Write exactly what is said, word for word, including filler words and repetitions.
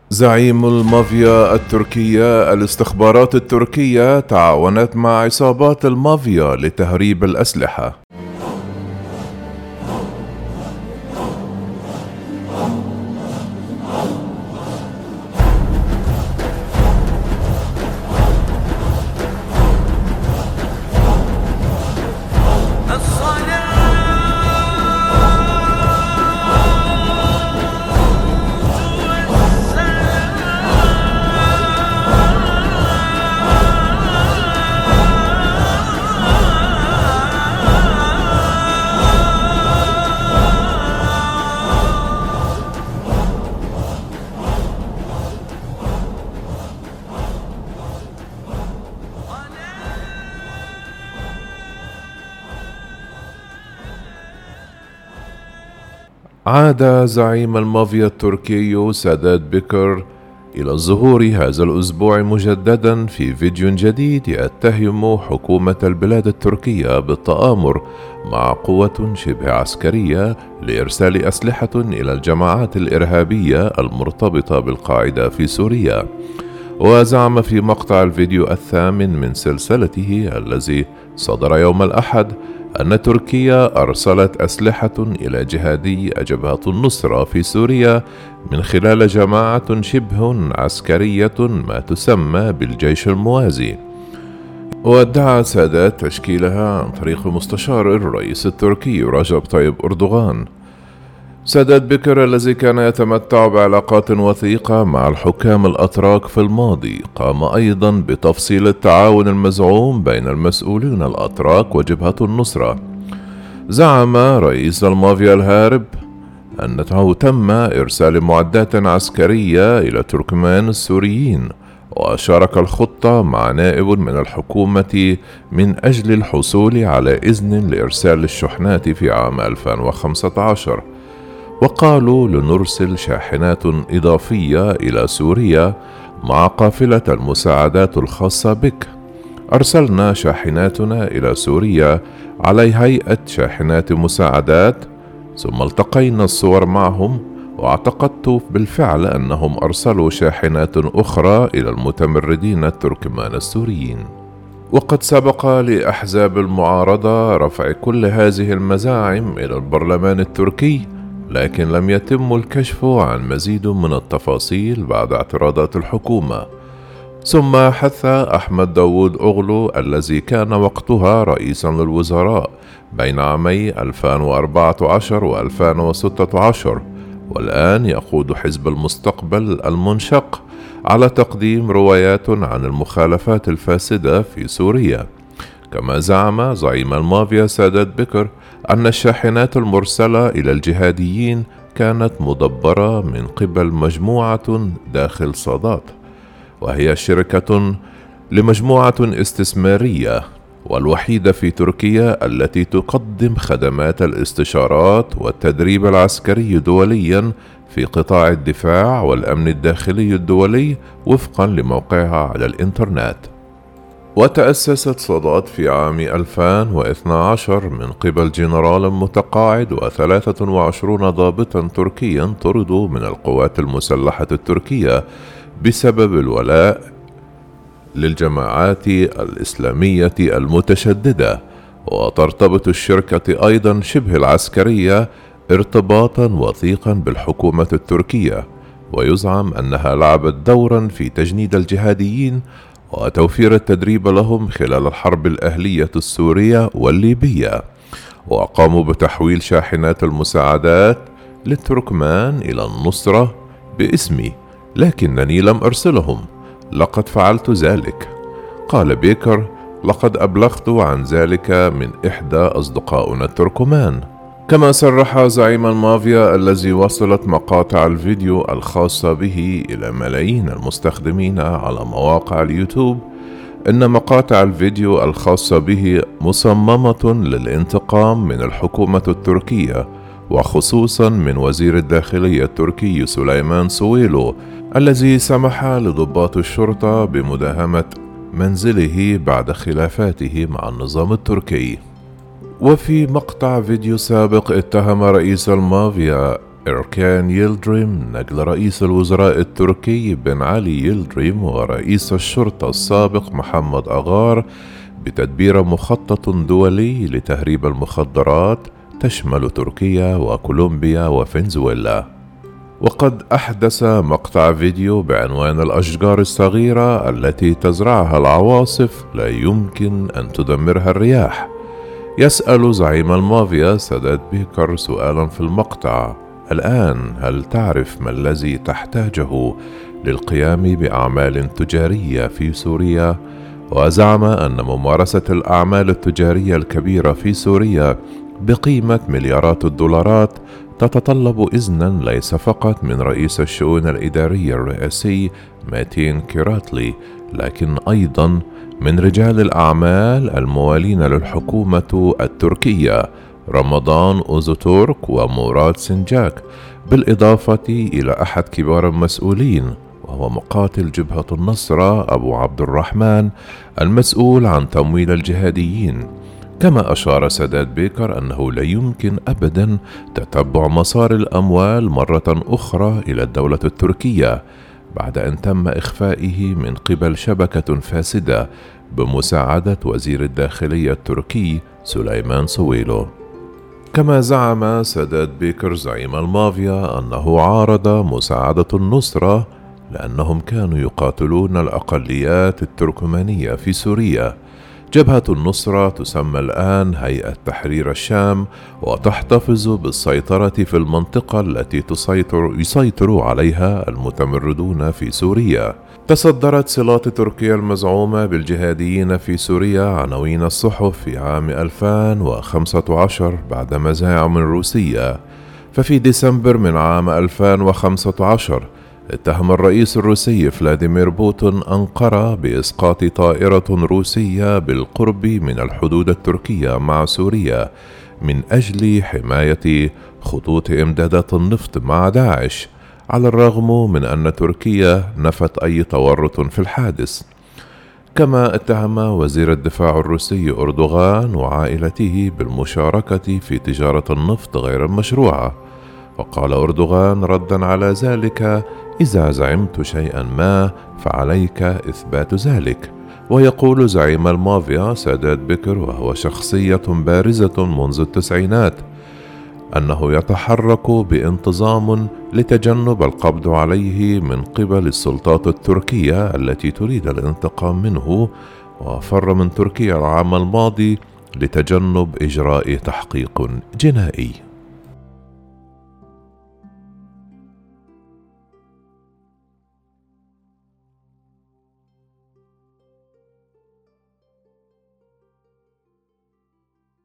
زعيم المافيا التركية. الاستخبارات التركية تعاونت مع عصابات المافيا لتهريب الأسلحة. عاد زعيم المافيا التركي سادات بكر إلى الظهور هذا الأسبوع مجددا في فيديو جديد يتهم حكومة البلاد التركية بالتآمر مع قوة شبه عسكرية لإرسال أسلحة إلى الجماعات الإرهابية المرتبطة بالقاعدة في سوريا. وزعم في مقطع الفيديو الثامن من سلسلته الذي صدر يوم الأحد أن تركيا أرسلت أسلحة إلى جهادي جبهة النصرة في سوريا من خلال جماعة شبه عسكرية ما تسمى بالجيش الموازي. وادعى سادات تشكيلها عن طريق مستشار الرئيس التركي رجب طيب أردوغان. سادات بكر الذي كان يتمتع بعلاقات وثيقة مع الحكام الأتراك في الماضي قام أيضا بتفصيل التعاون المزعوم بين المسؤولين الأتراك وجبهة النصرة. زعم رئيس المافيا الهارب أنه تم إرسال معدات عسكرية إلى تركمان السوريين، وشارك الخطة مع نائب من الحكومة من أجل الحصول على إذن لإرسال الشحنات في عام ألفين وخمسة عشر. وقالوا لنرسل شاحنات إضافية إلى سوريا مع قافلة المساعدات الخاصة بك. أرسلنا شاحناتنا إلى سوريا على هيئة شاحنات مساعدات، ثم التقينا الصور معهم، واعتقدت بالفعل أنهم أرسلوا شاحنات أخرى إلى المتمردين التركمان السوريين. وقد سبق لأحزاب المعارضة رفع كل هذه المزاعم إلى البرلمان التركي، لكن لم يتم الكشف عن مزيد من التفاصيل بعد اعتراضات الحكومة. ثم حث أحمد داوود أوغلو الذي كان وقتها رئيسا للوزراء بين عامي ألفين وأربعة عشر و ألفين وستة عشر، والآن يقود حزب المستقبل المنشق، على تقديم روايات عن المخالفات الفاسدة في سوريا. كما زعم زعيم المافيا سادات بكر أن الشاحنات المرسلة إلى الجهاديين كانت مدبرة من قبل مجموعة داخل صادات، وهي شركة لمجموعة استثمارية والوحيدة في تركيا التي تقدم خدمات الاستشارات والتدريب العسكري دوليا في قطاع الدفاع والأمن الداخلي الدولي وفقا لموقعها على الإنترنت. وتأسست صادات في عام ألفين واثني عشر من قبل جنرال متقاعد وثلاثة وعشرين ضابطا تركيا طردوا من القوات المسلحة التركية بسبب الولاء للجماعات الإسلامية المتشددة. وترتبط الشركة أيضا شبه العسكرية ارتباطا وثيقا بالحكومة التركية، ويزعم أنها لعبت دورا في تجنيد الجهاديين وتوفير التدريب لهم خلال الحرب الأهلية السورية والليبية. وقاموا بتحويل شاحنات المساعدات للتركمان إلى النصرة باسمي، لكنني لم أرسلهم، لقد فعلت ذلك. قال بيكر: لقد أبلغت عن ذلك من إحدى أصدقائنا التركمان. كما صرح زعيم المافيا الذي وصلت مقاطع الفيديو الخاصة به إلى ملايين المستخدمين على مواقع اليوتيوب إن مقاطع الفيديو الخاصة به مصممة للانتقام من الحكومة التركية، وخصوصا من وزير الداخلية التركي سليمان سويلو الذي سمح لضباط الشرطة بمداهمة منزله بعد خلافاته مع النظام التركي. وفي مقطع فيديو سابق اتهم رئيس المافيا إركان ييلدريم نقل رئيس الوزراء التركي بن علي ييلدريم ورئيس الشرطة السابق محمد أغار بتدبير مخطط دولي لتهريب المخدرات تشمل تركيا وكولومبيا وفنزويلا. وقد أحدث مقطع فيديو بعنوان الأشجار الصغيرة التي تزرعها العواصف لا يمكن أن تدمرها الرياح. يسأل زعيم المافيا سادات بيكر سؤالا في المقطع: الآن هل تعرف ما الذي تحتاجه للقيام بأعمال تجارية في سوريا؟ وزعم أن ممارسة الأعمال التجارية الكبيرة في سوريا بقيمة مليارات الدولارات تتطلب إذنا ليس فقط من رئيس الشؤون الإدارية الرئاسي ماتين كيراتلي، لكن أيضا من رجال الأعمال الموالين للحكومة التركية رمضان أوزوتورك وموراد سنجاك، بالإضافة إلى أحد كبار المسؤولين وهو مقاتل جبهة النصرة أبو عبد الرحمن المسؤول عن تمويل الجهاديين. كما أشار سادات بيكر أنه لا يمكن أبدا تتبع مسار الأموال مرة أخرى إلى الدولة التركية بعد أن تم إخفائه من قبل شبكة فاسدة بمساعدة وزير الداخلية التركي سليمان سويلو. كما زعم سادات بيكر زعيم المافيا أنه عارض مساعدة النصرة لأنهم كانوا يقاتلون الأقليات التركمانية في سوريا. جبهة النصرة تسمى الآن هيئة تحرير الشام وتحتفظ بالسيطرة في المنطقة التي تسيطر يسيطر عليها المتمردون في سوريا. تصدرت صلات تركيا المزعومة بالجهاديين في سوريا عناوين الصحف في عام ألفين وخمسة عشر بعد مزاعم روسية. ففي ديسمبر من عام ألفين وخمسة عشر اتهم الرئيس الروسي فلاديمير بوتين أنقرة بإسقاط طائرة روسية بالقرب من الحدود التركية مع سوريا من أجل حماية خطوط إمدادات النفط مع داعش، على الرغم من أن تركيا نفت أي تورط في الحادث. كما اتهم وزير الدفاع الروسي أردوغان وعائلته بالمشاركة في تجارة النفط غير المشروعة. وقال أردوغان ردا على ذلك: إذا زعمت شيئا ما فعليك إثبات ذلك. ويقول زعيم المافيا سادات بيكر وهو شخصية بارزة منذ التسعينات أنه يتحرك بانتظام لتجنب القبض عليه من قبل السلطات التركية التي تريد الانتقام منه، وفر من تركيا العام الماضي لتجنب إجراء تحقيق جنائي.